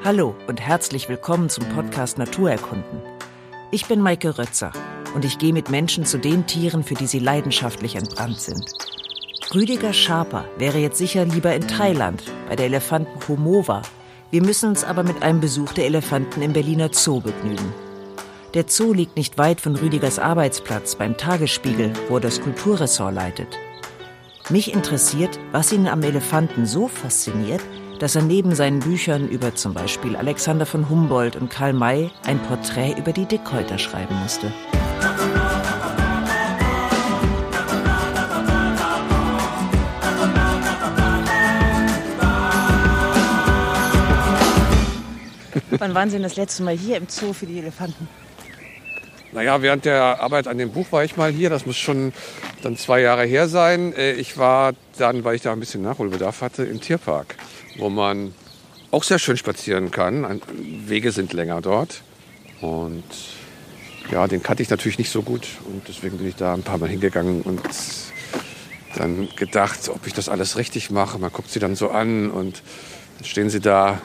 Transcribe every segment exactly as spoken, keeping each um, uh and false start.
Hallo und herzlich willkommen zum Podcast Naturerkunden. Ich bin Maike Rötzer und ich gehe mit Menschen zu den Tieren, für die sie leidenschaftlich entbrannt sind. Rüdiger Schaper wäre jetzt sicher lieber in Thailand, bei der Elefanten Komowa. Wir müssen uns aber mit einem Besuch der Elefanten im Berliner Zoo begnügen. Der Zoo liegt nicht weit von Rüdigers Arbeitsplatz beim Tagesspiegel, wo er das Kulturressort leitet. Mich interessiert, was ihn am Elefanten so fasziniert, dass er neben seinen Büchern über zum Beispiel Alexander von Humboldt und Karl May ein Porträt über die Dickhäuter schreiben musste. Wann waren Sie denn das letzte Mal hier im Zoo für die Elefanten? Naja, während der Arbeit an dem Buch war ich mal hier. Das muss schon dann zwei Jahre her sein. Ich war dann, weil ich da ein bisschen Nachholbedarf hatte, im Tierpark, wo man auch sehr schön spazieren kann. Wege sind länger dort. Und ja, den kannte ich natürlich nicht so gut. Und deswegen bin ich da ein paar Mal hingegangen und dann gedacht, ob ich das alles richtig mache. Man guckt sie dann so an und dann stehen sie da.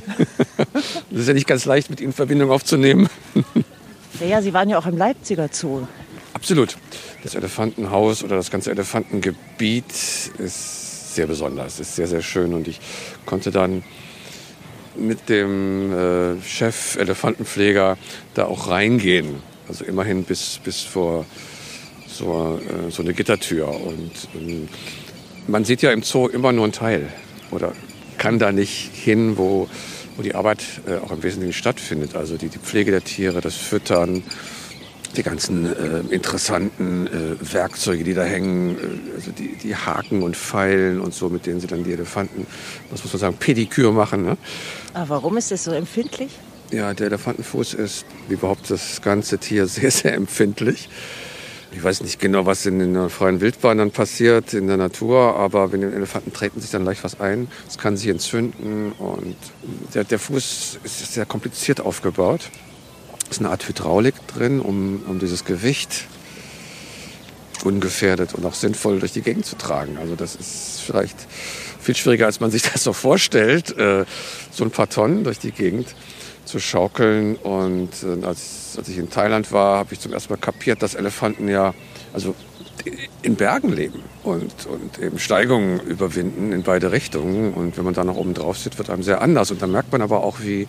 Das ist ja nicht ganz leicht, mit ihnen Verbindung aufzunehmen. Ja, ja, Sie waren ja auch im Leipziger Zoo. Absolut. Das Elefantenhaus oder das ganze Elefantengebiet ist sehr besonders, ist sehr, sehr schön. Und ich konnte dann mit dem äh, Chef Elefantenpfleger da auch reingehen. Also immerhin bis, bis vor so, äh, so eine Gittertür. Und ähm, man sieht ja im Zoo immer nur einen Teil oder kann da nicht hin, wo, wo die Arbeit äh, auch im Wesentlichen stattfindet. Also die, die Pflege der Tiere, das Füttern, die ganzen äh, interessanten äh, Werkzeuge, die da hängen, äh, also die, die Haken und Pfeilen und so, mit denen sie dann die Elefanten, was muss man sagen, Pediküre machen. Ne? Aber warum ist das so empfindlich? Ja, der Elefantenfuß ist, wie überhaupt das ganze Tier, sehr, sehr empfindlich. Ich weiß nicht genau, was in der freien Wildbahn dann passiert, in der Natur, aber wenn die Elefanten treten sich dann leicht was ein. Es kann sich entzünden und der, der Fuß ist sehr kompliziert aufgebaut. Es ist eine Art Hydraulik drin, um, um dieses Gewicht ungefährdet und auch sinnvoll durch die Gegend zu tragen. Also das ist vielleicht viel schwieriger, als man sich das so vorstellt, äh, so ein paar Tonnen durch die Gegend zu schaukeln. Und äh, als, als ich in Thailand war, habe ich zum ersten Mal kapiert, dass Elefanten ja also in Bergen leben und, und eben Steigungen überwinden in beide Richtungen. Und wenn man da noch oben drauf sitzt, wird einem sehr anders. Und dann merkt man aber auch, wie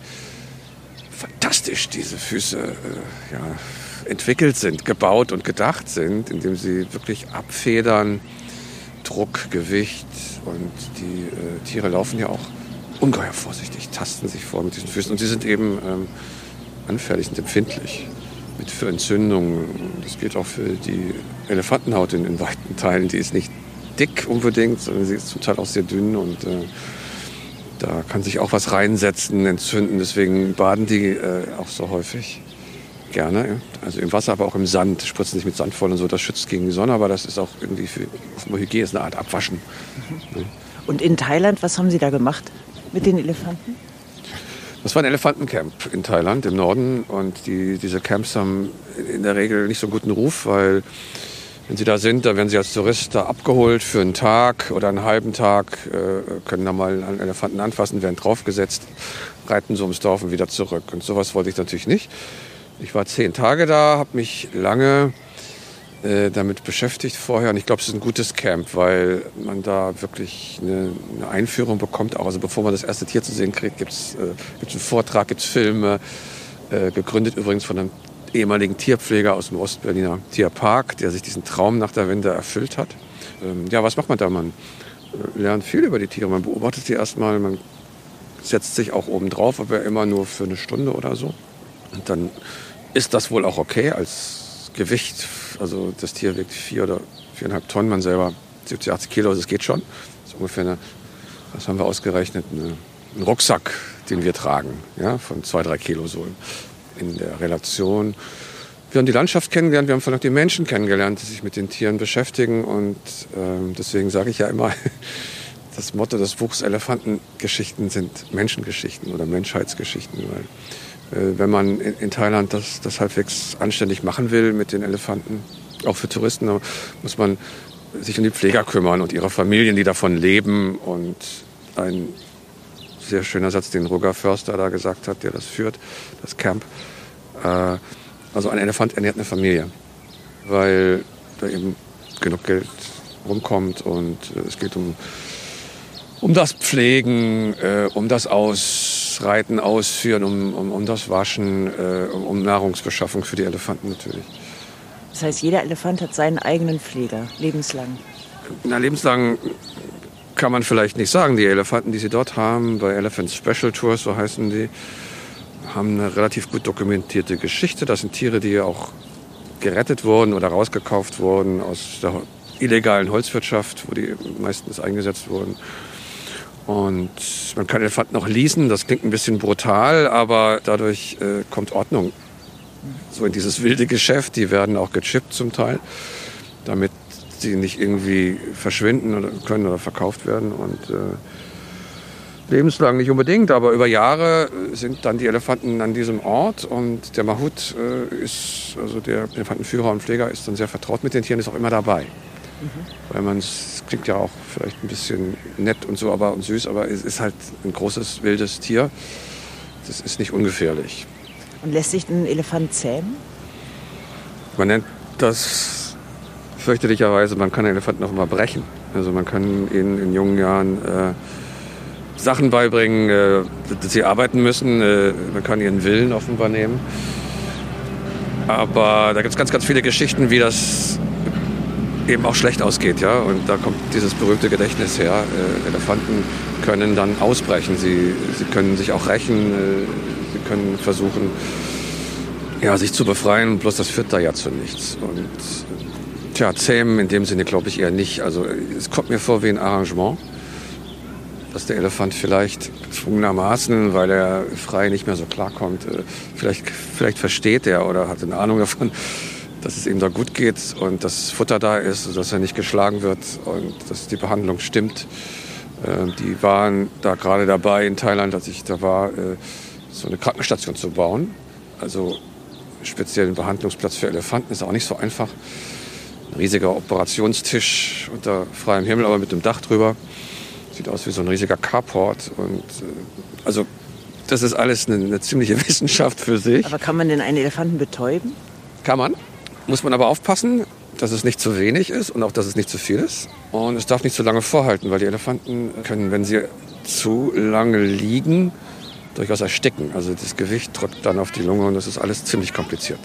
fantastisch diese Füße äh, ja, entwickelt sind, gebaut und gedacht sind, indem sie wirklich abfedern, Druck, Gewicht. Und die äh, Tiere laufen ja auch ungeheuer vorsichtig, tasten sich vor mit diesen Füßen. Und sie sind eben ähm, anfällig und empfindlich mit, für Entzündungen. Das gilt auch für die Elefantenhaut in, in weiten Teilen. Die ist nicht dick unbedingt, sondern sie ist zum Teil auch sehr dünn. Und äh, da kann sich auch was reinsetzen, entzünden. Deswegen baden die äh, auch so häufig gerne. Also im Wasser, aber auch im Sand. Spritzen sich mit Sand voll und so. Das schützt gegen die Sonne, aber das ist auch irgendwie für Hygiene, ist eine Art Abwaschen. Mhm. Ja. Und in Thailand, was haben Sie da gemacht? Mit den Elefanten? Das war ein Elefantencamp in Thailand im Norden und die, diese Camps haben in der Regel nicht so einen guten Ruf, weil wenn sie da sind, dann werden sie als Tourist da abgeholt für einen Tag oder einen halben Tag, äh, können da mal einen Elefanten anfassen, werden draufgesetzt, reiten so ums Dorf und wieder zurück. Und sowas wollte ich natürlich nicht. Ich war zehn Tage da, habe mich lange äh, damit beschäftigt vorher und ich glaube, es ist ein gutes Camp, weil man da wirklich eine, eine Einführung bekommt. Auch also bevor man das erste Tier zu sehen kriegt, gibt es äh, gibt's einen Vortrag, gibt es Filme, äh, gegründet übrigens von einem ehemaligen Tierpfleger aus dem Ostberliner Tierpark, der sich diesen Traum nach der Wende erfüllt hat. Ähm, ja, was macht man da? Man äh, lernt viel über die Tiere, man beobachtet sie erstmal, man setzt sich auch oben drauf, aber immer nur für eine Stunde oder so. Und dann ist das wohl auch okay als Gewicht. Also das Tier wiegt vier oder viereinhalb Tonnen, man selber siebzig, achtzig Kilo, das geht schon. Das ist ungefähr eine, was haben wir ausgerechnet, eine, ein Rucksack, den wir tragen, ja, von zwei, drei Kilo so in der Relation. Wir haben die Landschaft kennengelernt, wir haben vor allem die Menschen kennengelernt, die sich mit den Tieren beschäftigen. Und ähm, deswegen sage ich ja immer, das Motto des Buchs Elefantengeschichten sind Menschengeschichten oder Menschheitsgeschichten. Weil äh, wenn man in, in Thailand das, das halbwegs anständig machen will mit den Elefanten, auch für Touristen, dann muss man sich um die Pfleger kümmern und ihre Familien, die davon leben und ein sehr schöner Satz, den Roger Förster da gesagt hat, der das führt, das Camp. Äh, also ein Elefant ernährt eine Familie, weil da eben genug Geld rumkommt und äh, es geht um, um das Pflegen, äh, um das Ausreiten, Ausführen, um, um, um das Waschen, äh, um, um Nahrungsbeschaffung für die Elefanten natürlich. Das heißt, jeder Elefant hat seinen eigenen Pfleger, lebenslang? Na, lebenslang kann man vielleicht nicht sagen. Die Elefanten, die sie dort haben, bei Elephant Special Tours, so heißen die, haben eine relativ gut dokumentierte Geschichte. Das sind Tiere, die auch gerettet wurden oder rausgekauft wurden aus der illegalen Holzwirtschaft, wo die meistens eingesetzt wurden. Und man kann Elefanten auch leasen. Das klingt ein bisschen brutal, aber dadurch äh, kommt Ordnung so in dieses wilde Geschäft. Die werden auch gechippt zum Teil, damit sie nicht irgendwie verschwinden oder können oder verkauft werden. Und äh, lebenslang nicht unbedingt, aber über Jahre sind dann die Elefanten an diesem Ort. Und der Mahout äh, ist, also der Elefantenführer und Pfleger, ist dann sehr vertraut mit den Tieren, ist auch immer dabei. Mhm. Weil man, es klingt ja auch vielleicht ein bisschen nett und so, aber und süß, aber es ist halt ein großes, wildes Tier. Das ist nicht ungefährlich. Und lässt sich ein Elefant zähmen? Man nennt das fürchterlicherweise, man kann den Elefanten auch immer brechen. Also man kann ihnen in jungen Jahren äh, Sachen beibringen, äh, dass sie arbeiten müssen. Äh, man kann ihren Willen offenbar nehmen. Aber da gibt es ganz, ganz viele Geschichten, wie das eben auch schlecht ausgeht. Ja? Und da kommt dieses berühmte Gedächtnis her. Äh, Elefanten können dann ausbrechen. Sie, sie können sich auch rächen. Äh, sie können versuchen, ja, sich zu befreien. Bloß das führt da ja zu nichts. Und tja, zähmen in dem Sinne glaube ich eher nicht. Also es kommt mir vor wie ein Arrangement, dass der Elefant vielleicht gezwungenermaßen, weil er frei nicht mehr so klarkommt, vielleicht, vielleicht versteht er oder hat eine Ahnung davon, dass es ihm da gut geht und dass Futter da ist, dass er nicht geschlagen wird und dass die Behandlung stimmt. Die waren da gerade dabei in Thailand, als ich da war, so eine Krankenstation zu bauen. Also speziell ein Behandlungsplatz für Elefanten ist auch nicht so einfach. Ein riesiger Operationstisch unter freiem Himmel, aber mit einem Dach drüber. Sieht aus wie so ein riesiger Carport. Und, äh, also das ist alles eine, eine ziemliche Wissenschaft für sich. Aber kann man denn einen Elefanten betäuben? Kann man. Muss man aber aufpassen, dass es nicht zu wenig ist und auch, dass es nicht zu viel ist. Und es darf nicht zu lange vorhalten, weil die Elefanten können, wenn sie zu lange liegen, durchaus ersticken. Also das Gewicht drückt dann auf die Lunge und das ist alles ziemlich kompliziert.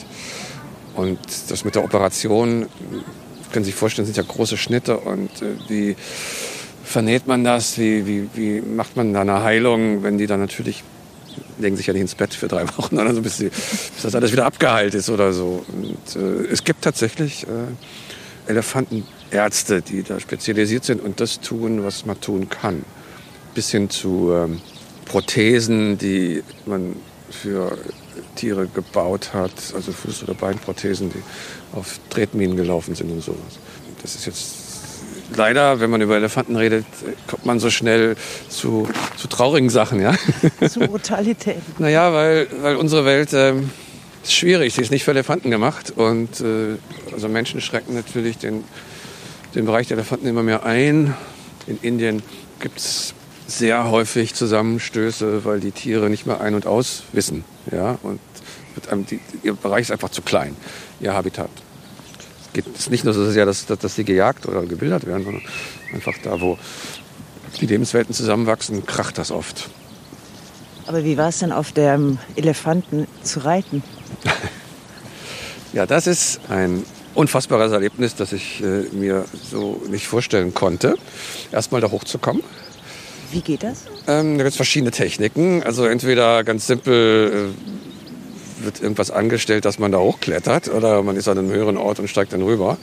Und das mit der Operation, können Sie sich vorstellen, sind ja große Schnitte und äh, wie vernäht man das, wie, wie, wie macht man da eine Heilung, wenn die dann natürlich, legen sich ja nicht ins Bett für drei Wochen oder so, bis, die, bis das alles wieder abgeheilt ist oder so. Und äh, es gibt tatsächlich äh, Elefantenärzte, die da spezialisiert sind und das tun, was man tun kann. Bis hin zu ähm, Prothesen, die man für Tiere gebaut hat, also Fuß- oder Beinprothesen, die auf Tretminen gelaufen sind und sowas. Das ist jetzt leider, wenn man über Elefanten redet, kommt man so schnell zu, zu traurigen Sachen, ja. Zu Brutalität. Naja, weil, weil unsere Welt ähm, ist schwierig, sie ist nicht für Elefanten gemacht und äh, also Menschen schrecken natürlich den, den Bereich der Elefanten immer mehr ein. In Indien gibt es sehr häufig Zusammenstöße, weil die Tiere nicht mehr ein- und aus wissen. Ja? Und mit einem, die, ihr Bereich ist einfach zu klein, ihr Habitat. Es geht es ist nicht nur so sehr, dass, dass, dass sie gejagt oder gebildet werden, sondern einfach da, wo die Lebenswelten zusammenwachsen, kracht das oft. Aber wie war es denn auf dem Elefanten zu reiten? Ja, das ist ein unfassbares Erlebnis, das ich äh, mir so nicht vorstellen konnte. Erstmal da hochzukommen. Wie geht das? Ähm, da gibt es verschiedene Techniken. Also entweder ganz simpel äh, wird irgendwas angestellt, dass man da hochklettert, oder man ist an einem höheren Ort und steigt dann rüber.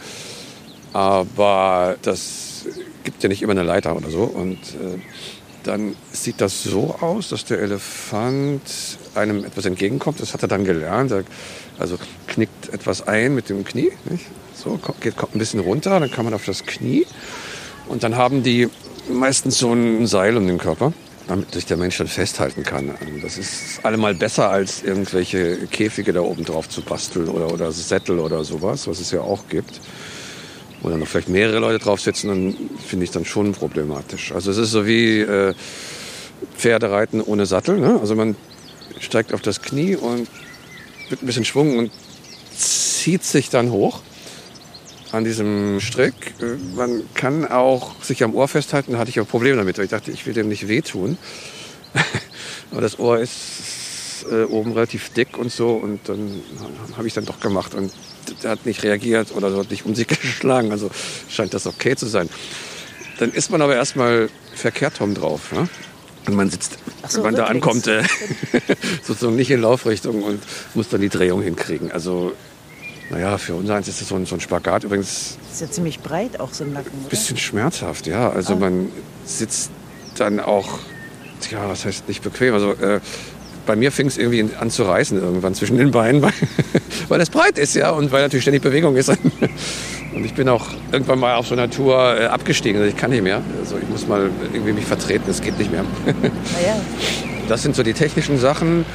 Aber das gibt ja nicht immer eine Leiter oder so. Und äh, dann sieht das so aus, dass der Elefant einem etwas entgegenkommt. Das hat er dann gelernt. Er also knickt etwas ein mit dem Knie. Nicht? So, kommt, geht, kommt ein bisschen runter, dann kann man auf das Knie. Und dann haben die meistens so ein Seil um den Körper, damit sich der Mensch dann festhalten kann. Das ist allemal besser, als irgendwelche Käfige da oben drauf zu basteln oder, oder Sättel oder sowas, was es ja auch gibt. Wo dann noch vielleicht mehrere Leute drauf sitzen, dann finde ich dann schon problematisch. Also es ist so wie, äh, Pferdereiten ohne Sattel. Ne? Also man steigt auf das Knie und mit ein bisschen Schwung und zieht sich dann hoch an diesem Strick. Man kann auch sich am Ohr festhalten, da hatte ich auch Probleme damit. Ich dachte, ich will dem nicht wehtun. Aber das Ohr ist äh, oben relativ dick und so und dann habe ich dann doch gemacht und der hat nicht reagiert oder so, hat nicht um sich geschlagen. Also scheint das okay zu sein. Dann ist man aber erstmal verkehrt rum drauf. Ne? Und man sitzt, so, wenn man da ankommt, äh, sozusagen nicht in Laufrichtung und muss dann die Drehung hinkriegen. Also, naja, für uns eins ist das so ein, so ein Spagat. Übrigens. Das ist ja ziemlich breit auch so ein Nacken, oder? Bisschen schmerzhaft, ja. Also ah. man sitzt dann auch, ja, was heißt nicht bequem. Also äh, bei mir fing es irgendwie an zu reißen irgendwann zwischen den Beinen, weil, weil es breit ist, ja, und weil natürlich ständig Bewegung ist. Und ich bin auch irgendwann mal auf so einer Tour äh, abgestiegen. Also ich kann nicht mehr. Also ich muss mal irgendwie mich vertreten. Es geht nicht mehr. Ja. Das sind so die technischen Sachen.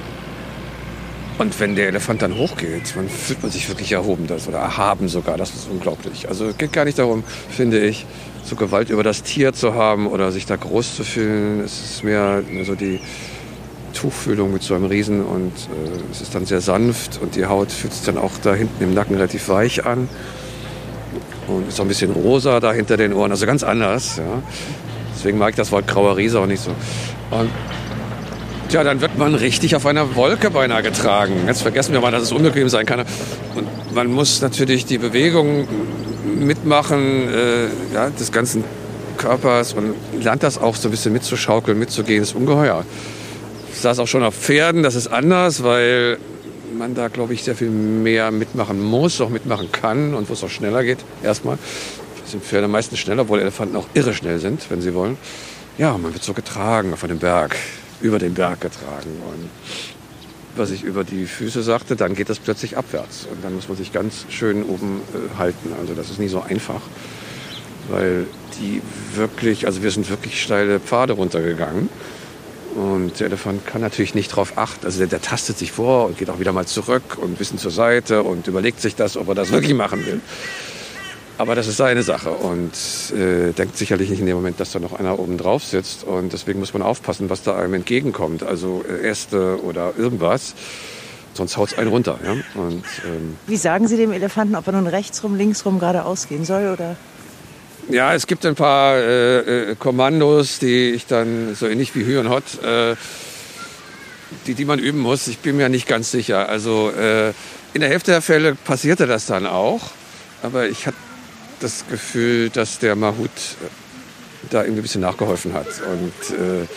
Und wenn der Elefant dann hochgeht, dann fühlt man sich wirklich erhoben. Das, oder erhaben sogar. Das ist unglaublich. Also es geht gar nicht darum, finde ich, so Gewalt über das Tier zu haben oder sich da groß zu fühlen. Es ist mehr so die Tuchfühlung mit so einem Riesen. Und äh, es ist dann sehr sanft. Und die Haut fühlt sich dann auch da hinten im Nacken relativ weich an. Und ist auch ein bisschen rosa da hinter den Ohren, also ganz anders. Ja. Deswegen mag ich das Wort grauer Riese auch nicht so. Und ja, dann wird man richtig auf einer Wolke beinahe getragen. Jetzt vergessen wir mal, dass es unbequem sein kann. Und man muss natürlich die Bewegung mitmachen, äh, ja, des ganzen Körpers und lernt das auch so ein bisschen mitzuschaukeln, mitzugehen, ist ungeheuer. Ich saß auch schon auf Pferden, das ist anders, weil man da, glaube ich, sehr viel mehr mitmachen muss, auch mitmachen kann und wo es auch schneller geht, erstmal. Sind Pferde meistens schneller, obwohl Elefanten auch irre schnell sind, wenn sie wollen. Ja, man wird so getragen auf einem Berg, über den Berg getragen. Und was ich über die Füße sagte, dann geht das plötzlich abwärts. Und dann muss man sich ganz schön oben äh, halten. Also das ist nie so einfach, weil die wirklich, also wir sind wirklich steile Pfade runtergegangen. Und der Elefant kann natürlich nicht darauf achten. Also der, der tastet sich vor und geht auch wieder mal zurück und ein bisschen zur Seite und überlegt sich das, ob er das wirklich machen will. Aber das ist seine Sache und äh, denkt sicherlich nicht in dem Moment, dass da noch einer oben drauf sitzt. Und deswegen muss man aufpassen, was da einem entgegenkommt. Also äh, Äste oder irgendwas. Sonst haut es einen runter. Ja? Und, ähm, Wie sagen Sie dem Elefanten, ob er nun rechts rum, links rum geradeaus gehen soll? Oder? Ja, es gibt ein paar äh, äh, Kommandos, die ich dann so ähnlich wie Hü und Hott, äh, die, die man üben muss. Ich bin mir nicht ganz sicher. Also äh, in der Hälfte der Fälle passierte das dann auch. Aber ich hatte das Gefühl, dass der Mahut da irgendwie ein bisschen nachgeholfen hat. Und,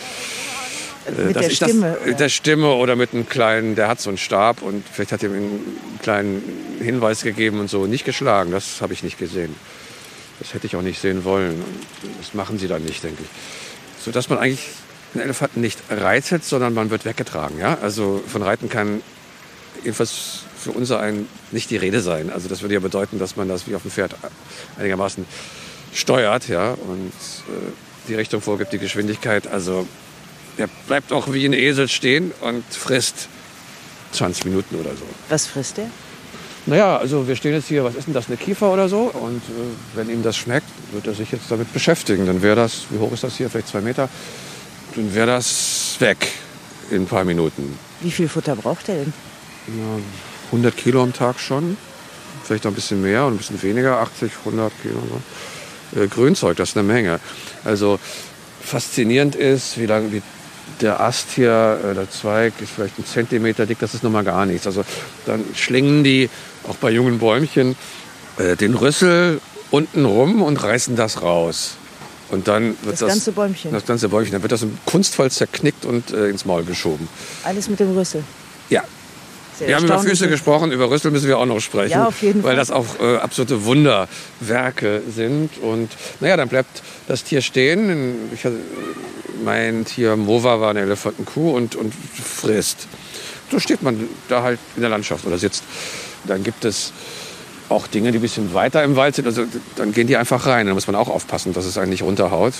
äh, mit der Stimme? Das, mit der Stimme oder mit einem kleinen, der hat so einen Stab und vielleicht hat er ihm einen kleinen Hinweis gegeben und so. Nicht geschlagen, das habe ich nicht gesehen. Das hätte ich auch nicht sehen wollen. Das machen sie dann nicht, denke ich. Sodass man eigentlich einen Elefanten nicht reitet, sondern man wird weggetragen. Ja? Also von Reiten kann jedenfalls für unser einen nicht die Rede sein. Also das würde ja bedeuten, dass man das wie auf dem Pferd einigermaßen steuert, ja, und äh, die Richtung vorgibt, die Geschwindigkeit. Also der bleibt auch wie ein Esel stehen und frisst zwanzig Minuten oder so. Was frisst der? Naja, also wir stehen jetzt hier, was ist denn das, eine Kiefer oder so? Und äh, wenn ihm das schmeckt, wird er sich jetzt damit beschäftigen. Dann wäre das, wie hoch ist das hier, vielleicht zwei Meter, dann wäre das weg in ein paar Minuten. Wie viel Futter braucht er denn? Ja, hundert Kilo am Tag schon, vielleicht noch ein bisschen mehr und ein bisschen weniger, achtzig, hundert Kilo. So. Äh, Grünzeug, das ist eine Menge. Also faszinierend ist, wie lang, wie der Ast hier, äh, der Zweig ist vielleicht ein Zentimeter dick, das ist noch mal gar nichts. Also dann schlingen die, auch bei jungen Bäumchen, äh, den Rüssel unten rum und reißen das raus. Und dann wird das, das ganze Bäumchen? Das ganze Bäumchen. Dann wird das kunstvoll zerknickt und äh, ins Maul geschoben. Alles mit dem Rüssel? Ja. Sehr wir haben über Füße gesprochen, über Rüssel müssen wir auch noch sprechen. Ja, auf jeden weil Fall. Das auch äh, absolute Wunderwerke sind. Und naja, dann bleibt das Tier stehen. Ich, mein Tier Mova war eine Elefantenkuh und, und frisst. So steht man da halt in der Landschaft oder sitzt. Dann gibt es auch Dinge, die ein bisschen weiter im Wald sind. Also dann gehen die einfach rein. Da muss man auch aufpassen, dass es einen nicht runterhaut.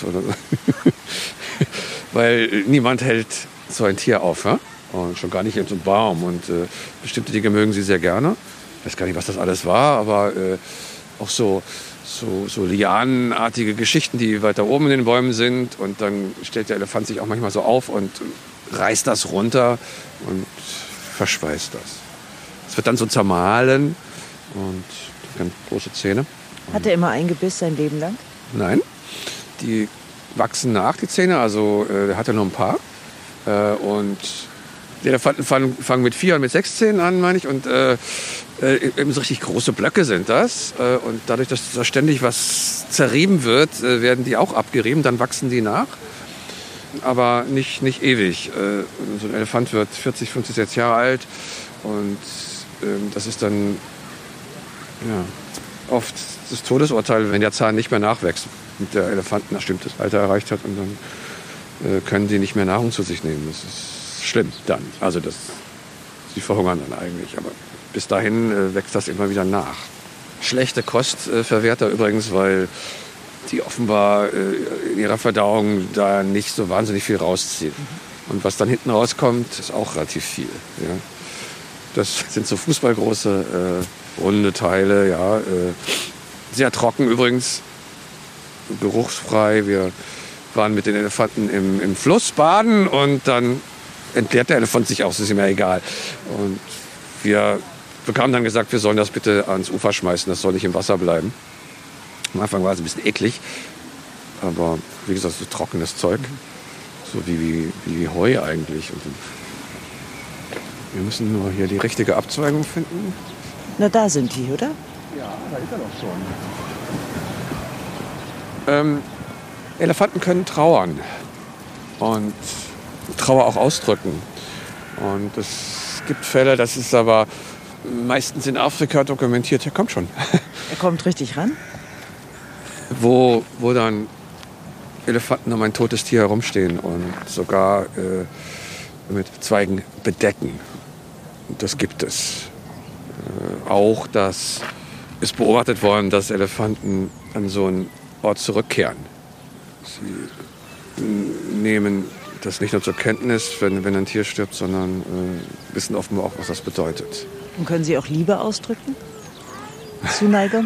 Weil niemand hält so ein Tier auf. Ja? Und schon gar nicht in so einem Baum. Und äh, bestimmte Dinge mögen sie sehr gerne. Ich weiß gar nicht, was das alles war, aber äh, auch so so, so lianenartige Geschichten, die weiter oben in den Bäumen sind. Und dann stellt der Elefant sich auch manchmal so auf und reißt das runter und verschweißt das. Es wird dann so zermahlen und ganz große Zähne. Hat er immer ein Gebiss sein Leben lang? Nein, die wachsen nach, die Zähne. Also äh, der hat ja nur ein paar. Äh, und die Elefanten fangen, fangen mit vier und mit sechs Zähnen an, meine ich. Und äh, äh, eben so richtig große Blöcke sind das. Äh, und dadurch, dass da ständig was zerrieben wird, äh, werden die auch abgerieben. Dann wachsen die nach. Aber nicht, nicht ewig. Äh, so ein Elefant wird vierzig, fünfzig, sechzig Jahre alt. Und äh, das ist dann ja, oft das Todesurteil, wenn der Zahn nicht mehr nachwächst. Und der Elefant ein bestimmtes Alter erreicht hat. Und dann äh, können die nicht mehr Nahrung zu sich nehmen. Das ist schlimm dann. Also das, sie verhungern dann eigentlich. Aber bis dahin äh, wächst das immer wieder nach. Schlechte Kost äh, verwehrt er übrigens, weil die offenbar äh, in ihrer Verdauung da nicht so wahnsinnig viel rausziehen. Und was dann hinten rauskommt, ist auch relativ viel. Ja. Das sind so fußballgroße, äh, runde Teile, ja. Äh, sehr trocken übrigens, geruchsfrei. Wir waren mit den Elefanten im, im Fluss baden und dann entleert der Elefant sich auch, das ist ihm ja egal. Und wir bekamen dann gesagt, wir sollen das bitte ans Ufer schmeißen, das soll nicht im Wasser bleiben. Am Anfang war es ein bisschen eklig, aber wie gesagt, so trockenes Zeug, so wie, wie, wie Heu eigentlich. Und wir müssen nur hier die richtige Abzweigung finden. Na, da sind die, oder? Ja, da ist er doch schon. Ähm, Elefanten können trauern und Trauer auch ausdrücken. Und es gibt Fälle, das ist aber meistens in Afrika dokumentiert. Ja, kommt schon. Er kommt richtig ran? Wo, wo dann Elefanten um ein totes Tier herumstehen und sogar äh, mit Zweigen bedecken. Das gibt es. Äh, auch das ist beobachtet worden, dass Elefanten an so einen Ort zurückkehren. Sie nehmen das nicht nur zur Kenntnis, wenn, wenn ein Tier stirbt, sondern äh, wissen offenbar auch, was das bedeutet. Und können Sie auch Liebe ausdrücken? Zuneigung?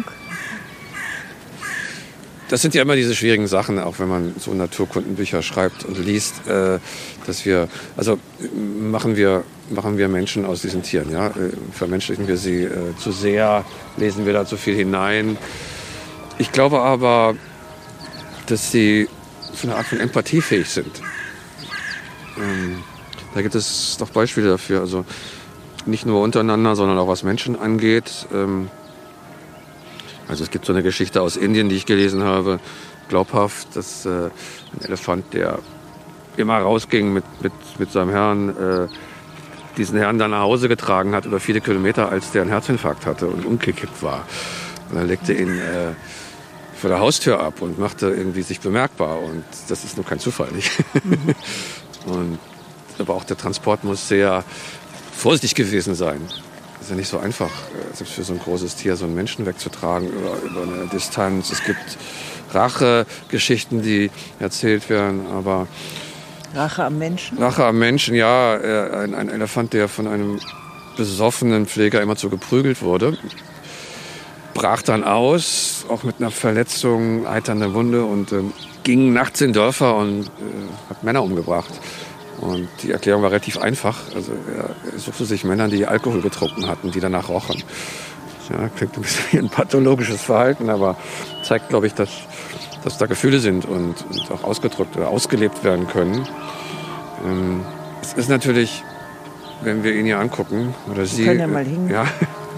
Das sind ja immer diese schwierigen Sachen, auch wenn man so Naturkundenbücher schreibt und liest, äh, dass wir, also machen wir, machen wir Menschen aus diesen Tieren, ja, äh, vermenschlichen wir sie äh, zu sehr, lesen wir da zu viel hinein. Ich glaube aber, dass sie so eine Art von Empathie fähig sind. Ähm, da gibt es doch Beispiele dafür, also nicht nur untereinander, sondern auch was Menschen angeht. Ähm, Also es gibt so eine Geschichte aus Indien, die ich gelesen habe, glaubhaft, dass äh, ein Elefant, der immer rausging mit, mit, mit seinem Herrn, äh, diesen Herrn dann nach Hause getragen hat, über viele Kilometer, als der einen Herzinfarkt hatte und umgekippt war. Und er legte ihn äh, vor der Haustür ab und machte irgendwie sich bemerkbar. Und das ist nur kein Zufall, nicht? Mhm. Und, aber auch der Transport muss sehr vorsichtig gewesen sein. Es ist ja nicht so einfach, selbst für so ein großes Tier, so einen Menschen wegzutragen über, über eine Distanz. Es gibt Rachegeschichten, die erzählt werden, aber... Rache am Menschen? Rache am Menschen, ja. Ein, ein Elefant, der von einem besoffenen Pfleger immerzu geprügelt wurde, brach dann aus, auch mit einer Verletzung, eiternde Wunde und äh, ging nachts in Dörfer und äh, hat Männer umgebracht. Und die Erklärung war relativ einfach. Also er suchte sich Männer, die Alkohol getrunken hatten, die danach rochen. Ja, klingt ein bisschen wie ein pathologisches Verhalten, aber zeigt, glaube ich, dass, dass da Gefühle sind und, und auch ausgedrückt oder ausgelebt werden können. Ähm, es ist natürlich, wenn wir ihn hier angucken, oder Sie... Sie können ja mal hingehen. Ja,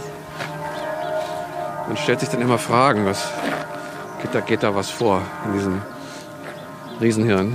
man stellt sich dann immer Fragen, was geht da, geht da was vor in diesem Riesenhirn.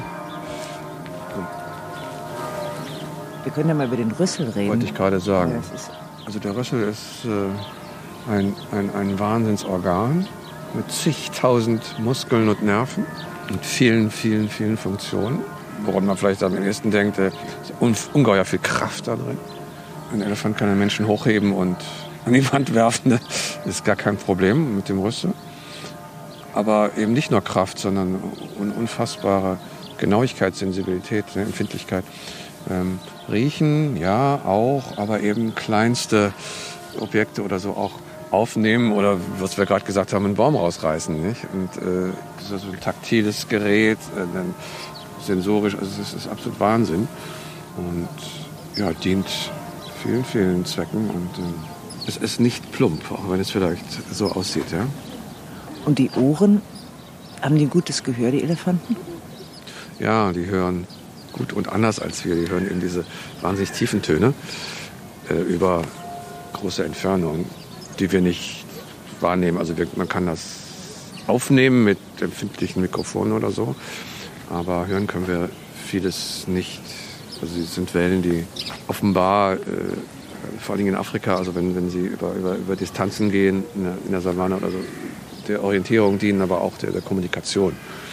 Wir können ja mal über den Rüssel reden. Wollte ich gerade sagen. Ja, das ist also der Rüssel ist äh, ein, ein, ein Wahnsinnsorgan mit zigtausend Muskeln und Nerven und vielen, vielen, vielen Funktionen. Woran man vielleicht am ersten denkt, äh, ist ungeheuer viel Kraft da drin. Ein Elefant kann einen Menschen hochheben und an die Wand werfen. Das ist gar kein Problem mit dem Rüssel. Aber eben nicht nur Kraft, sondern un- unfassbare Genauigkeit, Sensibilität, ne, Empfindlichkeit. Ähm, riechen, ja, auch, aber eben kleinste Objekte oder so auch aufnehmen oder, was wir gerade gesagt haben, einen Baum rausreißen. Nicht? Und äh, das ist so ein taktiles Gerät, äh, dann sensorisch, also es ist absolut Wahnsinn. Und ja, dient vielen, vielen Zwecken. Und äh, es ist nicht plump, auch wenn es vielleicht so aussieht. Ja? Und die Ohren, haben die ein gutes Gehör, die Elefanten? Ja, die hören gut und anders als wir. Die hören eben diese wahnsinnig tiefen Töne äh, über große Entfernungen, die wir nicht wahrnehmen. Also wir, man kann das aufnehmen mit empfindlichen Mikrofonen oder so, aber hören können wir vieles nicht. Also es sind Wellen, die offenbar, äh, vor allem in Afrika, also wenn, wenn sie über, über, über Distanzen gehen, in der, in der Savanne oder so, der Orientierung dienen, aber auch der, der Kommunikation.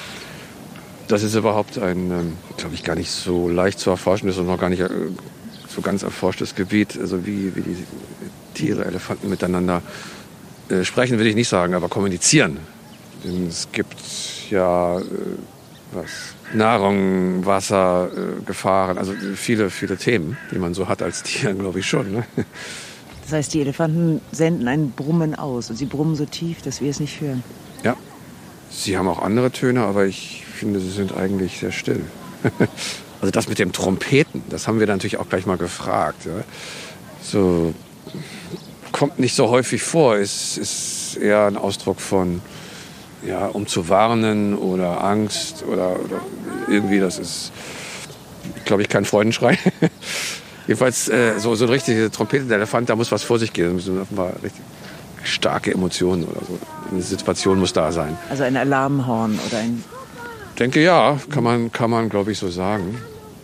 Das ist überhaupt ein, ähm, glaube ich, gar nicht so leicht zu erforschen, das ist noch gar nicht äh, so ganz erforschtes Gebiet, also wie, wie die Tiere, Elefanten miteinander äh, sprechen, will ich nicht sagen, aber kommunizieren. Denn es gibt ja äh, was, Nahrung, Wasser, äh, Gefahren, also viele, viele Themen, die man so hat als Tier, glaube ich schon. Ne? Das heißt, die Elefanten senden ein Brummen aus und sie brummen so tief, dass wir es nicht hören. Ja, sie haben auch andere Töne, aber ich finde, sie sind eigentlich sehr still. Also das mit dem Trompeten, das haben wir dann natürlich auch gleich mal gefragt. Ja? So kommt nicht so häufig vor, ist, ist eher ein Ausdruck von, ja, um zu warnen oder Angst oder, oder irgendwie, das ist, glaube ich, kein Freudenschrei. Jedenfalls äh, so, so eine richtige Trompete, der Elefant, da muss was vor sich gehen, da müssen offenbar richtig starke Emotionen oder so. Eine Situation muss da sein. Also ein Alarmhorn oder ein... Ich denke, ja, kann man, kann man glaube ich, so sagen.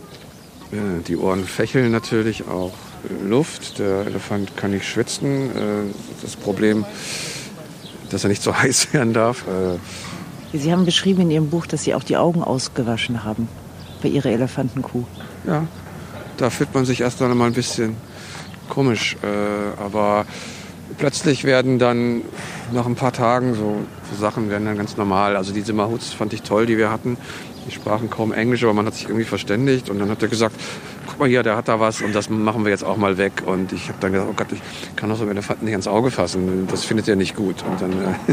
Die Ohren fächeln natürlich auch Luft. Der Elefant kann nicht schwitzen. Das Problem, dass er nicht so heiß werden darf. Sie haben beschrieben in Ihrem Buch, dass Sie auch die Augen ausgewaschen haben bei Ihrer Elefantenkuh. Ja, da fühlt man sich erst einmal ein bisschen komisch. Aber plötzlich werden dann nach ein paar Tagen so, so Sachen werden dann ganz normal. Also diese Mahuts fand ich toll, die wir hatten. Die sprachen kaum Englisch, aber man hat sich irgendwie verständigt. Und dann hat er gesagt, guck mal hier, der hat da was und das machen wir jetzt auch mal weg. Und ich habe dann gesagt, oh Gott, ich kann doch so einem Elefanten nicht ans Auge fassen. Das findet er nicht gut. Und dann, äh,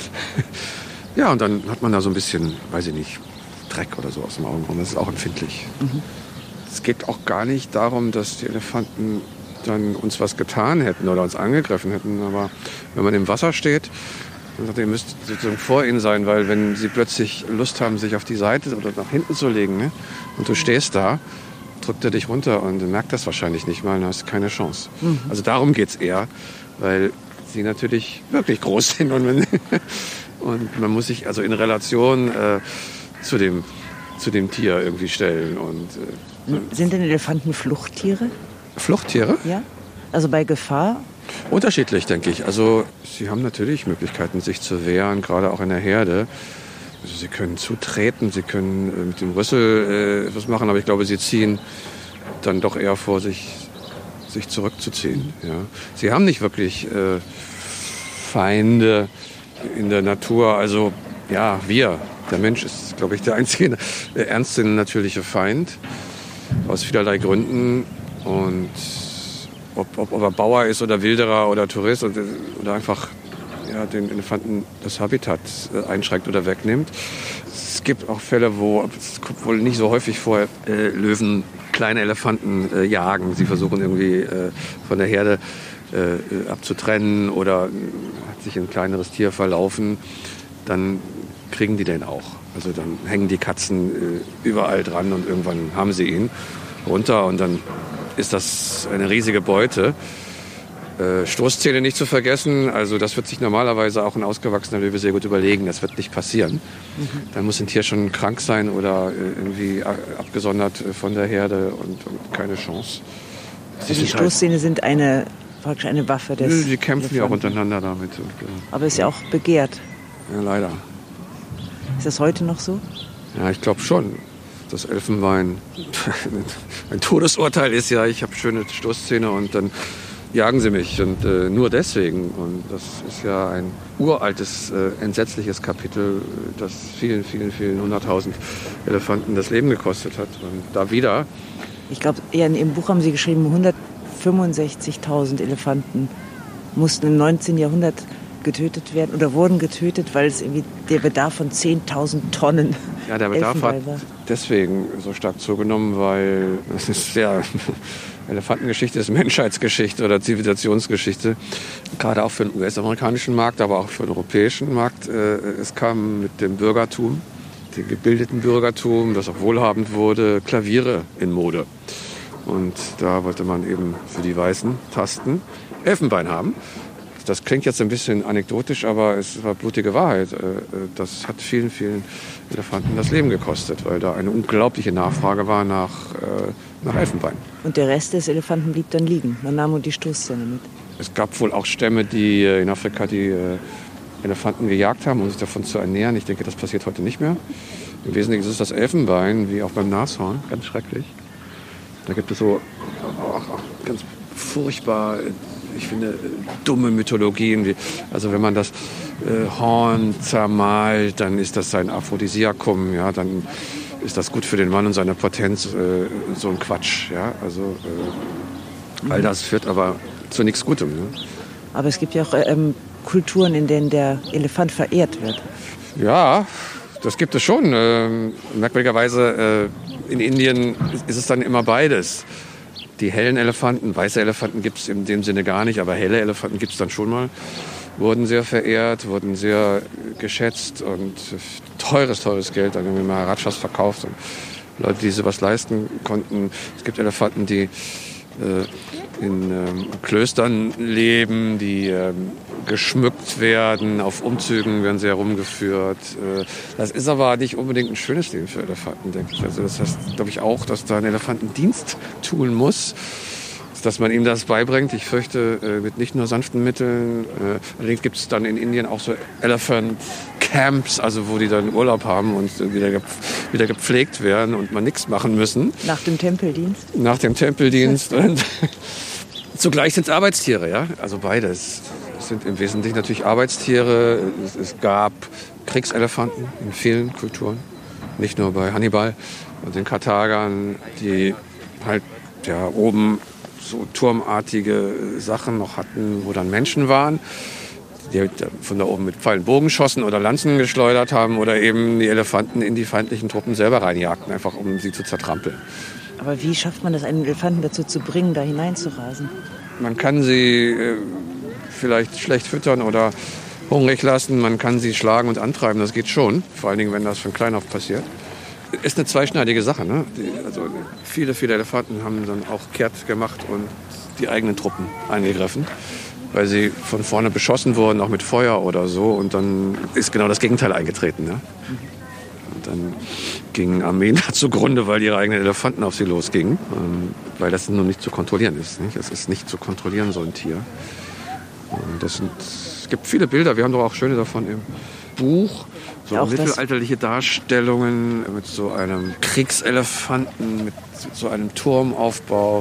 ja, und dann hat man da so ein bisschen, weiß ich nicht, Dreck oder so aus dem Augenraum. Das ist auch empfindlich. Mhm. Es geht auch gar nicht darum, dass die Elefanten dann uns was getan hätten oder uns angegriffen hätten. Aber wenn man im Wasser steht, dann sagt er, ihr müsst sozusagen vor ihnen sein, weil wenn sie plötzlich Lust haben, sich auf die Seite oder nach hinten zu legen, ne, und du stehst da, drückt er dich runter und merkt das wahrscheinlich nicht mal, dann hast du keine Chance. Mhm. Also darum geht es eher, weil sie natürlich wirklich groß sind und, wenn, und man muss sich also in Relation äh, zu, dem, zu dem Tier irgendwie stellen. Und, äh, Sind denn Elefanten Fluchttiere? Fluchttiere? Ja. Also bei Gefahr? Unterschiedlich, denke ich. Also sie haben natürlich Möglichkeiten, sich zu wehren, gerade auch in der Herde. Also sie können zutreten, sie können äh, mit dem Rüssel äh, was machen, aber ich glaube, sie ziehen dann doch eher vor, sich, sich zurückzuziehen. Ja. Sie haben nicht wirklich äh, Feinde in der Natur. Also ja, wir, der Mensch ist, glaube ich, der einzige äh, ernste natürliche Feind aus vielerlei Gründen. Und ob, ob, ob er Bauer ist oder Wilderer oder Tourist oder, oder einfach ja, den Elefanten das Habitat äh, einschränkt oder wegnimmt. Es gibt auch Fälle, wo, es kommt wohl nicht so häufig vor, äh, Löwen kleine Elefanten äh, jagen. Sie versuchen irgendwie äh, von der Herde äh, abzutrennen oder hat sich ein kleineres Tier verlaufen. Dann kriegen die den auch. Also dann hängen die Katzen äh, überall dran und irgendwann haben sie ihn runter und dann ist das eine riesige Beute. Äh, Stoßzähne nicht zu vergessen, also das wird sich normalerweise auch ein ausgewachsener Löwe sehr gut überlegen, das wird nicht passieren. Mhm. Dann muss ein Tier schon krank sein oder äh, irgendwie abgesondert von der Herde und, und keine Chance. Also die Stoßzähne halt sind eine, praktisch eine Waffe des... Die kämpfen ja auch untereinander damit. Und, äh, aber ist ja auch begehrt. Ja, leider. Ist das heute noch so? Ja, ich glaube schon. Das Elfenbein ein Todesurteil ist, ja, ich habe schöne Stoßzähne und dann jagen sie mich und äh, nur deswegen. Und das ist ja ein uraltes, äh, entsetzliches Kapitel, das vielen, vielen, vielen hunderttausend Elefanten das Leben gekostet hat. Und da wieder... Ich glaube, ja, in Ihrem Buch haben Sie geschrieben, hundertfünfundsechzigtausend Elefanten mussten im neunzehnten Jahrhundert getötet werden oder wurden getötet, weil es irgendwie der Bedarf von zehntausend Tonnen Ja, der Bedarf hat Elfenbein war. deswegen so stark zugenommen, weil es ist ja Elefantengeschichte ist Menschheitsgeschichte oder Zivilisationsgeschichte. Gerade auch für den U S-amerikanischen Markt, aber auch für den europäischen Markt. Es kam mit dem Bürgertum, dem gebildeten Bürgertum, das auch wohlhabend wurde, Klaviere in Mode. Und da wollte man eben für die weißen Tasten Elfenbein haben. Das klingt jetzt ein bisschen anekdotisch, aber es war blutige Wahrheit. Das hat vielen, vielen Elefanten das Leben gekostet, weil da eine unglaubliche Nachfrage war nach, nach Elfenbein. Und der Rest des Elefanten blieb dann liegen. Man nahm nur die Stoßzähne mit. Es gab wohl auch Stämme, die in Afrika die Elefanten gejagt haben, um sich davon zu ernähren. Ich denke, das passiert heute nicht mehr. Im Wesentlichen ist es das Elfenbein, wie auch beim Nashorn, ganz schrecklich. Da gibt es so auch, auch ganz furchtbar, ich finde, dumme Mythologien. Wie, also wenn man das äh, Horn zermalt, dann ist das ein Aphrodisiakum, ja, dann ist das gut für den Mann und seine Potenz, äh, so ein Quatsch. Ja? Also äh, all das führt aber zu nichts Gutem. Ne? Aber es gibt ja auch ähm, Kulturen, in denen der Elefant verehrt wird. Ja, das gibt es schon. Ähm, merkwürdigerweise äh, in Indien ist es dann immer beides. Die hellen Elefanten, weiße Elefanten gibt es in dem Sinne gar nicht, aber helle Elefanten gibt es dann schon mal. Wurden sehr verehrt, wurden sehr geschätzt und teures, teures Geld an irgendwie Maharajas verkauft. Und Leute, die sowas leisten konnten. Es gibt Elefanten, die äh, in ähm, Klöstern leben, die ähm, geschmückt werden, auf Umzügen werden sie herumgeführt. Äh, das ist aber nicht unbedingt ein schönes Leben für Elefanten, denke ich. Also das heißt, glaube ich auch, dass da ein Elefantendienst tun muss, dass man ihm das beibringt. Ich fürchte, äh, mit nicht nur sanften Mitteln. Äh, allerdings gibt es dann in Indien auch so Elephant Camps, also wo die dann Urlaub haben und wieder, gep- wieder gepflegt werden und man nichts machen müssen. Nach dem Tempeldienst? Nach dem Tempeldienst. Und zugleich sind es Arbeitstiere, ja. Also beides. Es sind im Wesentlichen natürlich Arbeitstiere. Es, es gab Kriegselefanten in vielen Kulturen. Nicht nur bei Hannibal und den Karthagern, die halt ja oben so turmartige Sachen noch hatten, wo dann Menschen waren, die von da oben mit Pfeilen Bogen schossen oder Lanzen geschleudert haben oder eben die Elefanten in die feindlichen Truppen selber reinjagten, einfach um sie zu zertrampeln. Aber wie schafft man das, einen Elefanten dazu zu bringen, da hineinzurasen? Man kann sie äh, vielleicht schlecht füttern oder hungrig lassen, man kann sie schlagen und antreiben, das geht schon, vor allen Dingen, wenn das von klein auf passiert. Ist eine zweischneidige Sache. Ne? Die, also viele, viele Elefanten haben dann auch kehrt gemacht und die eigenen Truppen angegriffen, weil sie von vorne beschossen wurden, auch mit Feuer oder so. Und dann ist genau das Gegenteil eingetreten. Ne? Und dann gingen Armeen zugrunde, weil ihre eigenen Elefanten auf sie losgingen. Ähm, weil das nur nicht zu kontrollieren ist. Nicht? Es ist nicht zu kontrollieren, so ein Tier. Und das sind, es gibt viele Bilder, wir haben doch auch schöne davon im Buch. So auch mittelalterliche Darstellungen mit so einem Kriegselefanten, mit so einem Turmaufbau.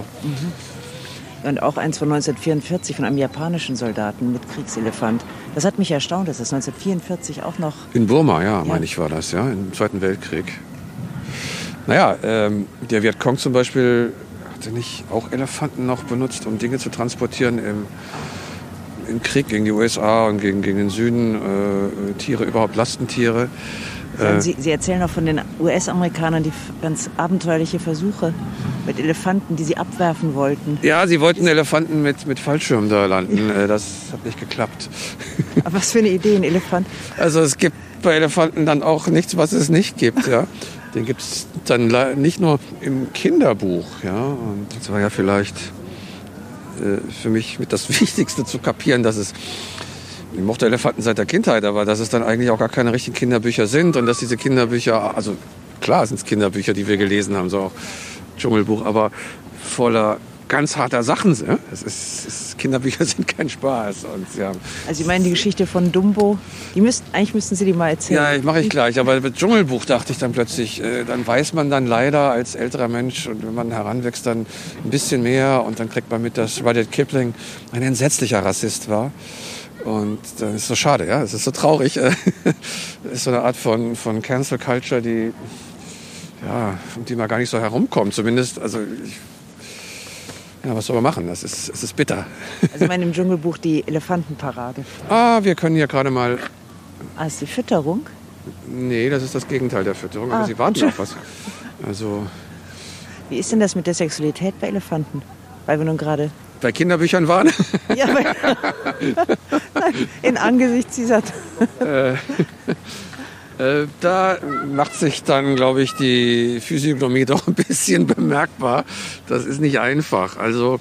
Mhm. Und auch eins von neunzehnhundertvierundvierzig von einem japanischen Soldaten mit Kriegselefant. Das hat mich erstaunt, dass das neunzehnhundertvierundvierzig auch noch... In Burma, ja, ja. meine ich, war das, ja, im Zweiten Weltkrieg. Naja, ähm, der Vietcong zum Beispiel hatte nicht auch Elefanten noch benutzt, um Dinge zu transportieren im... im Krieg gegen die U S A und gegen, gegen den Süden, äh, Tiere, überhaupt Lastentiere. Äh, Sie, Sie erzählen auch von den U S-Amerikanern die ganz abenteuerliche Versuche mit Elefanten, die sie abwerfen wollten. Ja, sie wollten Elefanten mit, mit Fallschirmen da landen. Ja. Das hat nicht geklappt. Aber was für eine Idee, ein Elefant? Also es gibt bei Elefanten dann auch nichts, was es nicht gibt. Ja. Den gibt es dann nicht nur im Kinderbuch. Ja. Und das war ja vielleicht... für mich mit das Wichtigste zu kapieren, dass es, ich mochte Elefanten seit der Kindheit, aber dass es dann eigentlich auch gar keine richtigen Kinderbücher sind und dass diese Kinderbücher, also klar sind es Kinderbücher, die wir gelesen haben, so auch Dschungelbuch, aber voller ganz harter Sachen. Ja? Es ist, es, Kinderbücher sind kein Spaß. Und, ja. Also Sie meinen die Geschichte von Dumbo? Die müssten, eigentlich müssten Sie die mal erzählen. Ja, mache ich gleich. Aber mit Dschungelbuch dachte ich dann plötzlich, äh, dann weiß man dann leider als älterer Mensch und wenn man heranwächst, dann ein bisschen mehr und dann kriegt man mit, dass Rudyard Kipling ein entsetzlicher Rassist war. Und dann ist es so schade, ja, es ist so traurig. Es ist so eine Art von, von Cancel Culture, die, ja, um die man gar nicht so herumkommt. Zumindest, also ich, Ja, was soll man machen? Das ist, es ist bitter. Also ich meine im Dschungelbuch die Elefantenparade. Ah, wir können hier gerade mal... Ah, ist die Fütterung? Nee, das ist das Gegenteil der Fütterung, ah, aber sie warten auf was. Also... Wie ist denn das mit der Sexualität bei Elefanten? Weil wir nun gerade... Bei Kinderbüchern waren? Ja, weil... in Angesichts dieser... äh, äh, da macht sich dann, glaube ich, die Physiognomie doch ein bisschen bemerkbar. Das ist nicht einfach. Also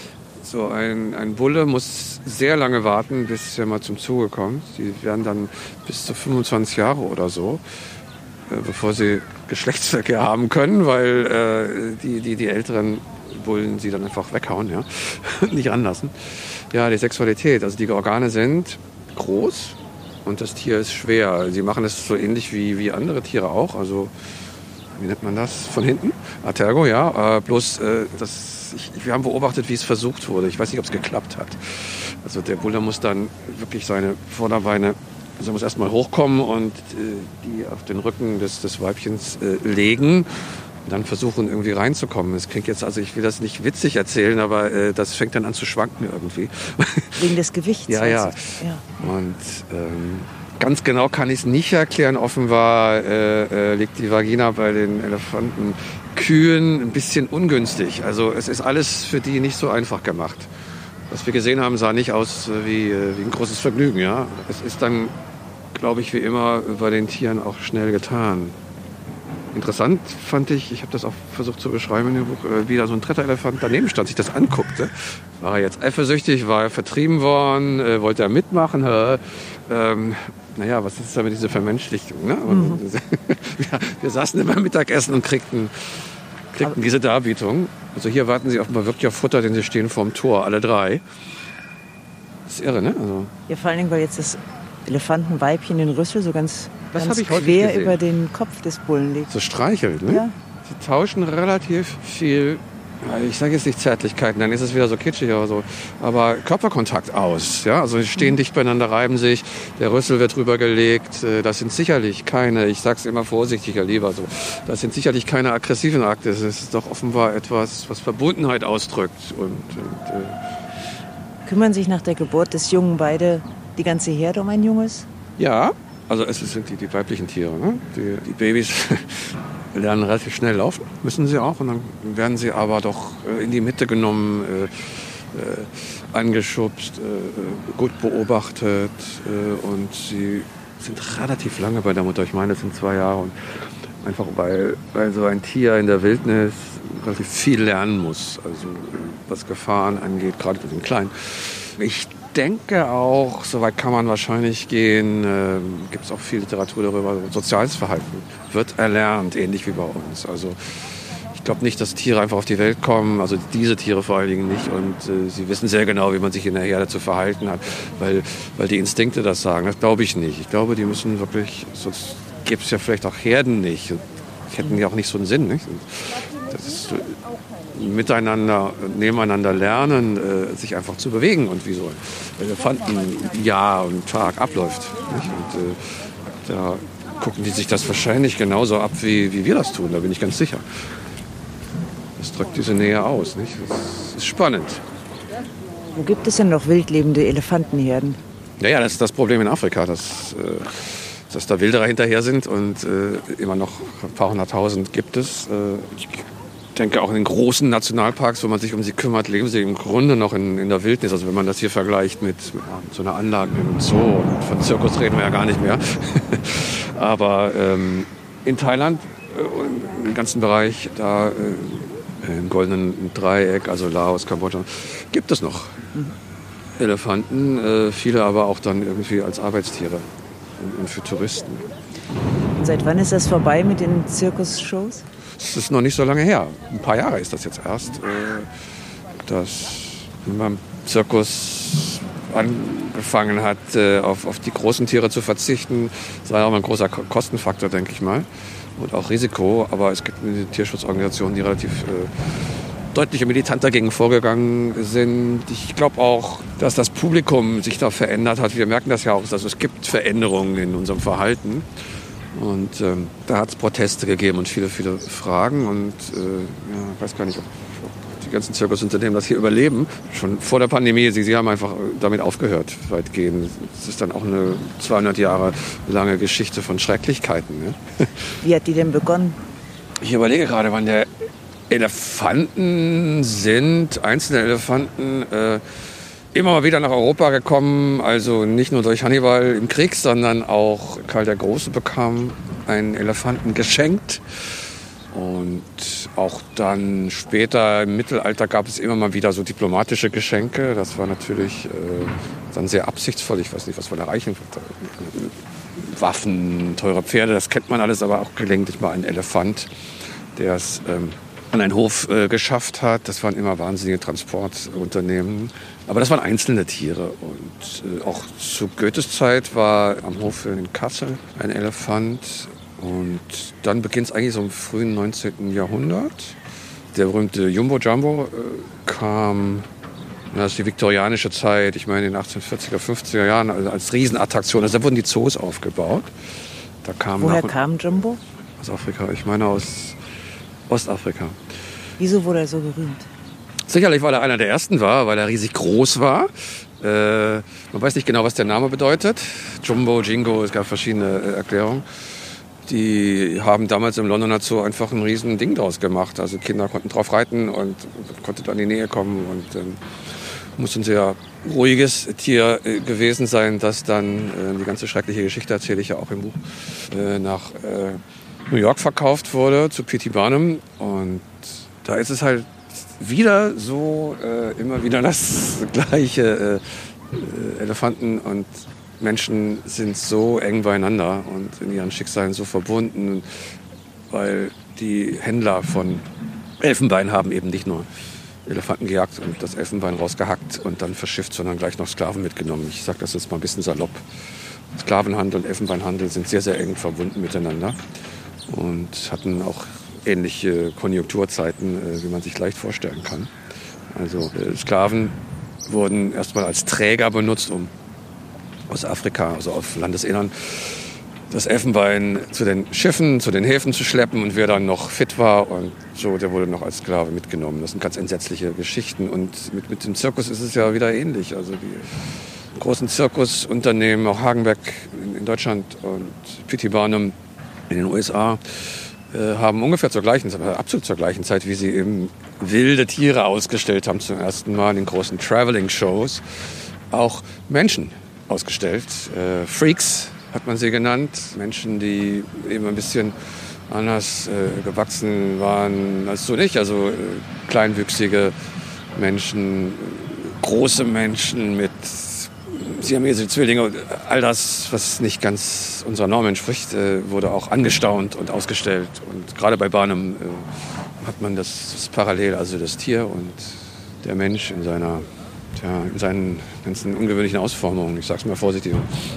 so ein, ein Bulle muss sehr lange warten, bis er mal zum Zuge kommt. Die werden dann bis zu fünfundzwanzig Jahre oder so, äh, bevor sie Geschlechtsverkehr haben können, weil äh, die, die, die älteren Bullen sie dann einfach weghauen, ja, nicht ranlassen. Ja, die Sexualität, also die Organe sind groß und das Tier ist schwer. Sie machen es so ähnlich wie, wie andere Tiere auch, also wie nennt man das? Von hinten? Atergo, ja, äh, bloß äh, das, ich, wir haben beobachtet, wie es versucht wurde. Ich weiß nicht, ob es geklappt hat. Also der Bulle muss dann wirklich seine Vorderbeine, also er muss erstmal hochkommen und äh, die auf den Rücken des, des Weibchens äh, legen. Und dann versuchen, irgendwie reinzukommen. Es klingt jetzt, also ich will das nicht witzig erzählen, aber äh, das fängt dann an zu schwanken irgendwie. Wegen des Gewichts? Ja, ja. ja. Und ähm, ganz genau kann ich es nicht erklären. Offenbar äh, äh, liegt die Vagina bei den Elefantenkühen ein bisschen ungünstig. Also es ist alles für die nicht so einfach gemacht. Was wir gesehen haben, sah nicht aus wie, wie ein großes Vergnügen. Ja? Es ist dann, glaube ich, wie immer bei den Tieren auch schnell getan. Interessant fand ich, ich habe das auch versucht zu beschreiben in dem Buch, wie da so ein Tretterelefant daneben stand, sich das anguckte. War er jetzt eifersüchtig, war er vertrieben worden, äh, wollte er mitmachen? Äh, ähm, naja, was ist damit diese Vermenschlichung? Ne? Mhm. wir, wir saßen immer Mittagessen und kriegten, kriegten diese Darbietung. Also hier warten sie offenbar wirklich auf Futter, denn sie stehen vorm Tor, alle drei. Das ist irre, ne? Also ja, vor allen Dingen, weil jetzt das Elefantenweibchen den Rüssel so ganz, das ganz ich quer über den Kopf des Bullen legt. So streichelt, ne? Ja. Sie tauschen relativ viel, ich sage jetzt nicht Zärtlichkeiten, dann ist es wieder so kitschig oder so, aber Körperkontakt aus. Ja? Also sie stehen mhm. dicht beieinander, reiben sich, der Rüssel wird rübergelegt. Das sind sicherlich keine, ich sage es immer vorsichtiger lieber so, das sind sicherlich keine aggressiven Akte. Es ist doch offenbar etwas, was Verbundenheit ausdrückt. Und, und äh Kümmern sich nach der Geburt des Jungen beide die ganze Herde um ein Junges? Ja, also es sind die, die weiblichen Tiere. Ne? Die, die Babys lernen relativ schnell laufen, müssen sie auch. Und dann werden sie aber doch in die Mitte genommen, äh, äh, angeschubst, äh, gut beobachtet. Äh, und sie sind relativ lange bei der Mutter. Ich meine, das sind zwei Jahre. Und einfach weil, weil so ein Tier in der Wildnis relativ viel lernen muss. Also was Gefahren angeht, gerade für den Kleinen. Ich denke auch, soweit kann man wahrscheinlich gehen, äh, gibt es auch viel Literatur darüber, soziales Verhalten wird erlernt, ähnlich wie bei uns. Also ich glaube nicht, dass Tiere einfach auf die Welt kommen, also diese Tiere vor allen Dingen nicht. Und äh, sie wissen sehr genau, wie man sich in der Herde zu verhalten hat, weil, weil die Instinkte das sagen. Das glaube ich nicht. Ich glaube, die müssen wirklich, sonst gibt es ja vielleicht auch Herden nicht. Die hätten ja auch nicht so einen Sinn. Nicht? Das ist miteinander, nebeneinander lernen, äh, sich einfach zu bewegen und wie so ein Elefantenjahr und Tag abläuft. Nicht? Und äh, da gucken die sich das wahrscheinlich genauso ab, wie, wie wir das tun, da bin ich ganz sicher. Das drückt diese Nähe aus. Nicht? Das ist spannend. Wo gibt es denn noch wildlebende Elefantenherden? Ja, ja, das ist das Problem in Afrika, dass, äh, dass da Wilderer hinterher sind und äh, immer noch ein paar hunderttausend gibt es. Äh, ich denke auch in den großen Nationalparks, wo man sich um sie kümmert, leben sie im Grunde noch in, in der Wildnis. Also wenn man das hier vergleicht mit, mit so einer Anlage im Zoo, und von Zirkus reden wir ja gar nicht mehr. Aber ähm, in Thailand, äh, im ganzen Bereich, da äh, im goldenen Dreieck, also Laos, Kambodscha, gibt es noch mhm. Elefanten, äh, viele aber auch dann irgendwie als Arbeitstiere und, und für Touristen. Und seit wann ist das vorbei mit den Zirkusshows? Das ist noch nicht so lange her. Ein paar Jahre ist das jetzt erst, äh, dass man Zirkus angefangen hat, äh, auf, auf die großen Tiere zu verzichten. Das war auch ein großer Kostenfaktor, denke ich mal. Und auch Risiko. Aber es gibt Tierschutzorganisationen, die relativ äh, deutlich militant dagegen vorgegangen sind. Ich glaube auch, dass das Publikum sich da verändert hat. Wir merken das ja auch. Also es gibt Veränderungen in unserem Verhalten. Und ähm, da hat es Proteste gegeben und viele, viele Fragen. Und äh, ja, ich weiß gar nicht, ob, ob die ganzen Zirkusunternehmen das hier überleben. Schon vor der Pandemie, sie, sie haben einfach damit aufgehört, weitgehend. Es ist dann auch eine zweihundert Jahre lange Geschichte von Schrecklichkeiten. Ne? Wie hat die denn begonnen? Ich überlege gerade, wann der Elefanten sind, einzelne Elefanten, äh, immer mal wieder nach Europa gekommen, also nicht nur durch Hannibal im Krieg, sondern auch Karl der Große bekam einen Elefanten geschenkt. Und auch dann später im Mittelalter gab es immer mal wieder so diplomatische Geschenke. Das war natürlich äh, dann sehr absichtsvoll. Ich weiß nicht, was man erreichen wird. Waffen, teure Pferde, das kennt man alles, aber auch gelegentlich mal ein Elefant, der es ähm, an einen Hof äh, geschafft hat. Das waren immer wahnsinnige Transportunternehmen. Aber das waren einzelne Tiere. Und äh, auch zu Goethes Zeit war am Hof in Kassel ein Elefant. Und dann beginnt es eigentlich so im frühen neunzehnten Jahrhundert. Der berühmte Jumbo Jumbo äh, kam, das ist die viktorianische Zeit, ich meine in den achtzehnhundertvierziger, fünfziger Jahren, also als Riesenattraktion. Also da wurden die Zoos aufgebaut. Da kam Woher nach, kam Jumbo? Aus Afrika, ich meine aus Ostafrika. Wieso wurde er so berühmt? Sicherlich, weil er einer der ersten war, weil er riesig groß war. Äh, man weiß nicht genau, was der Name bedeutet. Jumbo, Jingo, es gab verschiedene äh, Erklärungen. Die haben damals im Londoner Zoo einfach ein riesen Ding draus gemacht. Also Kinder konnten drauf reiten und konnten dann in die Nähe kommen. Und ähm, muss ein sehr ruhiges Tier äh, gewesen sein, das dann, äh, die ganze schreckliche Geschichte erzähle ich ja auch im Buch, äh, nach äh, New York verkauft wurde zu P T Barnum. Und da ist es halt wieder so, äh, immer wieder das gleiche. Äh, Elefanten und Menschen sind so eng beieinander und in ihren Schicksalen so verbunden, weil die Händler von Elfenbein haben eben nicht nur Elefanten gejagt und das Elfenbein rausgehackt und dann verschifft, sondern gleich noch Sklaven mitgenommen. Ich sage das jetzt mal ein bisschen salopp. Sklavenhandel und Elfenbeinhandel sind sehr, sehr eng verbunden miteinander und hatten auch ähnliche Konjunkturzeiten, wie man sich leicht vorstellen kann. Also Sklaven wurden erstmal als Träger benutzt, um aus Afrika, also auf Landesinnern, das Elfenbein zu den Schiffen, zu den Häfen zu schleppen und wer dann noch fit war und so, der wurde noch als Sklave mitgenommen. Das sind ganz entsetzliche Geschichten und mit, mit dem Zirkus ist es ja wieder ähnlich. Also die großen Zirkusunternehmen, auch Hagenbeck in, in Deutschland und P T Barnum in den U S A, äh, haben ungefähr zur gleichen Zeit, absolut zur gleichen Zeit, wie sie eben wilde Tiere ausgestellt haben zum ersten Mal in den großen Traveling-Shows, auch Menschen ausgestellt. Äh, Freaks hat man sie genannt. Menschen, die eben ein bisschen anders äh, gewachsen waren als du nicht. Also äh, kleinwüchsige Menschen, große Menschen mit siamesische Zwillinge. All das, was nicht ganz unserer Norm entspricht, äh, wurde auch angestaunt und ausgestellt. Und gerade bei Barnum äh, hat man das, das Parallel, also das Tier und der Mensch in seiner Tja, in seinen ganzen ungewöhnlichen Ausformungen, ich sag's mal vorsichtig.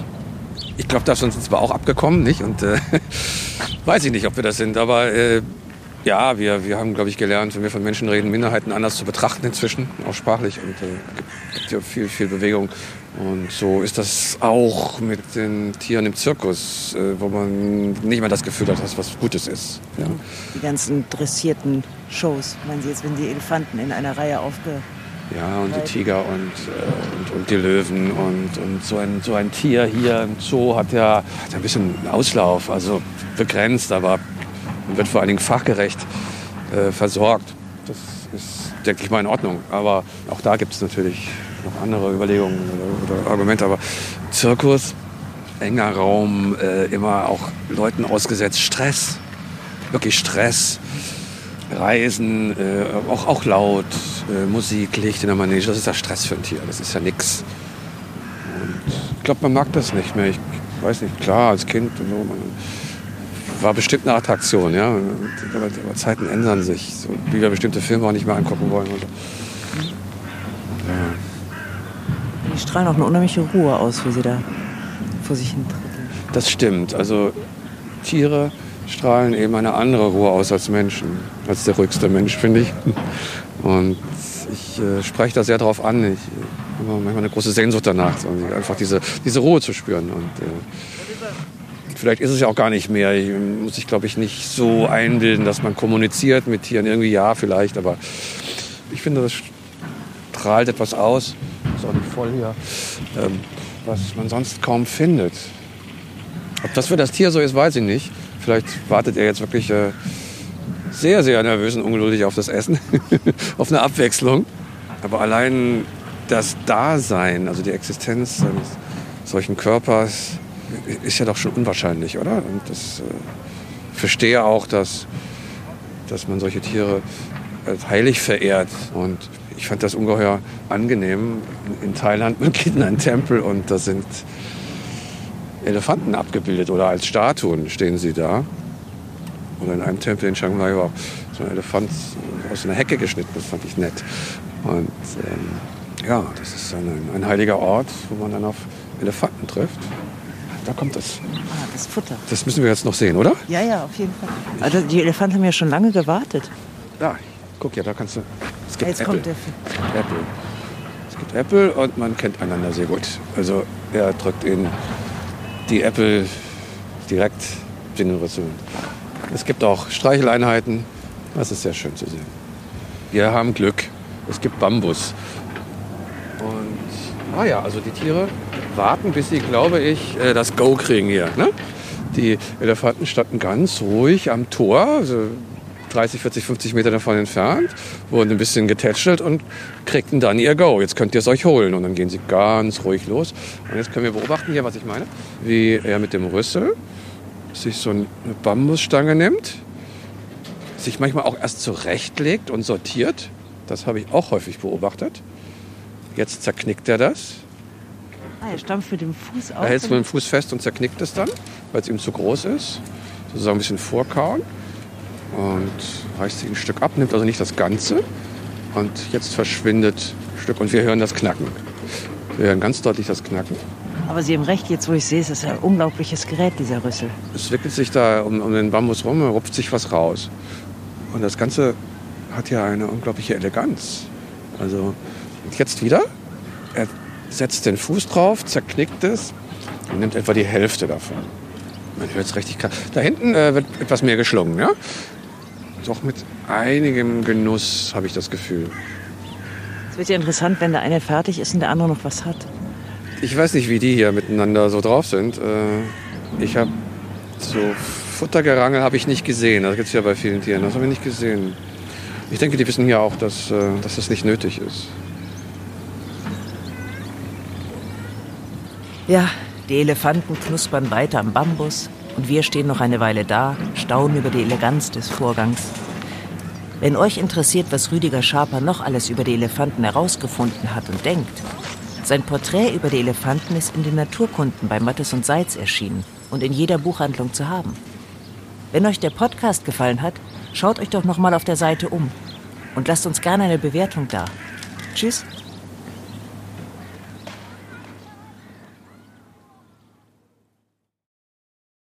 Ich glaube, da sind wir zwar auch abgekommen, nicht? Und äh, weiß ich nicht, ob wir das sind, aber äh, ja, wir, wir haben, glaube ich, gelernt, wenn wir von Menschen reden, Minderheiten anders zu betrachten inzwischen, auch sprachlich. Und es äh, gibt ja viel, viel Bewegung. Und so ist das auch mit den Tieren im Zirkus, äh, wo man nicht mehr das Gefühl hat, dass was Gutes ist. Ja. Die ganzen dressierten Shows, meinen Sie jetzt, wenn die Elefanten in einer Reihe aufge... Ja, und die Tiger und, äh, und, und die Löwen und, und so, ein, so ein Tier hier im Zoo hat ja, hat ja ein bisschen Auslauf, also begrenzt, aber wird vor allen Dingen fachgerecht äh, versorgt. Das ist, denke ich mal, in Ordnung. Aber auch da gibt es natürlich noch andere Überlegungen oder, oder Argumente. Aber Zirkus, enger Raum, äh, immer auch Leuten ausgesetzt, Stress, wirklich Stress. Reisen, äh, auch, auch laut, äh, Musik, Licht in der Manege, das ist ja Stress für ein Tier, das ist ja nix. Und ich glaube, man mag das nicht mehr. Ich weiß nicht, klar, als Kind und so, man war bestimmt eine Attraktion, ja. Aber, aber Zeiten ändern sich, so, wie wir bestimmte Filme auch nicht mehr angucken wollen. Und, ja. Die strahlen auch eine unheimliche Ruhe aus, wie sie da vor sich hin treten. Das stimmt, also Tiere strahlen eben eine andere Ruhe aus als Menschen, als der ruhigste Mensch, finde ich. Und ich äh, spreche da sehr drauf an. Ich habe manchmal eine große Sehnsucht danach, so, einfach diese, diese Ruhe zu spüren. Und äh, vielleicht ist es ja auch gar nicht mehr. Ich muss sich, glaube ich, nicht so einbilden, dass man kommuniziert mit Tieren. Irgendwie ja, vielleicht, aber ich finde, das strahlt etwas aus, ist auch nicht voll hier, ähm, was man sonst kaum findet. Ob das für das Tier so ist, weiß ich nicht. Vielleicht wartet er jetzt wirklich äh, sehr, sehr nervös und ungeduldig auf das Essen, auf eine Abwechslung. Aber allein das Dasein, also die Existenz eines solchen Körpers, ist ja doch schon unwahrscheinlich, oder? Und das, äh, ich verstehe auch, dass, dass man solche Tiere als heilig verehrt. Und ich fand das ungeheuer angenehm. In Thailand, man geht in einen Tempel und da sind Elefanten abgebildet oder als Statuen stehen sie da. Oder in einem Tempel in Chiang Mai war so ein Elefant aus einer Hecke geschnitten, das fand ich nett. Und ähm, ja, das ist ein, ein heiliger Ort, wo man dann auf Elefanten trifft. Da kommt das. Ah, das Futter. Das müssen wir jetzt noch sehen, oder? Ja, ja, auf jeden Fall. Also die Elefanten haben ja schon lange gewartet. Da, guck ja, da kannst du. Es gibt Jetzt Apple. kommt der Apple. Es gibt Apple und man kennt einander sehr gut. Also er drückt in die Apple direkt in den Rüssel. Es gibt auch Streicheleinheiten. Das ist sehr schön zu sehen. Wir haben Glück. Es gibt Bambus. Und, ah ja, also die Tiere warten, bis sie, glaube ich, das Go kriegen hier. Ne? Die Elefanten standen ganz ruhig am Tor, also dreißig, vierzig, fünfzig Meter davon entfernt, wurden ein bisschen getätschelt und kriegten dann ihr Go. Jetzt könnt ihr es euch holen. Und dann gehen sie ganz ruhig los. Und jetzt können wir beobachten hier, was ich meine, wie er mit dem Rüssel sich so eine Bambusstange nimmt, sich manchmal auch erst zurechtlegt und sortiert. Das habe ich auch häufig beobachtet. Jetzt zerknickt er das. Ah, er stampft mit dem Fuß auf. Er hält es mit dem Fuß fest und zerknickt es dann, weil es ihm zu groß ist. Sozusagen ein bisschen vorkauen. Und reißt sich ein Stück ab, nimmt also nicht das Ganze. Und jetzt verschwindet ein Stück und wir hören das Knacken. Wir hören ganz deutlich das Knacken. Aber Sie haben recht, jetzt wo ich sehe, es ist ein unglaubliches Gerät, dieser Rüssel. Es wickelt sich da um, um den Bambus rum, rupft sich was raus. Und das Ganze hat ja eine unglaubliche Eleganz. Also jetzt wieder, er setzt den Fuß drauf, zerknickt es und nimmt etwa die Hälfte davon. Man hört es richtig krass. Da hinten äh, wird etwas mehr geschlungen, ja? Doch mit einigem Genuss, habe ich das Gefühl. Es wird ja interessant, wenn der eine fertig ist und der andere noch was hat. Ich weiß nicht, wie die hier miteinander so drauf sind. Ich habe so Futtergerangel habe ich nicht gesehen. Das gibt es ja bei vielen Tieren. Das habe ich nicht gesehen. Ich denke, die wissen ja auch, dass, dass das nicht nötig ist. Ja, die Elefanten knuspern weiter am Bambus und wir stehen noch eine Weile da, staunen über die Eleganz des Vorgangs. Wenn euch interessiert, was Rüdiger Schaper noch alles über die Elefanten herausgefunden hat und denkt, sein Porträt über die Elefanten ist in den Naturkunden bei Mattes und Seitz erschienen und in jeder Buchhandlung zu haben. Wenn euch der Podcast gefallen hat, schaut euch doch noch mal auf der Seite um und lasst uns gerne eine Bewertung da. Tschüss.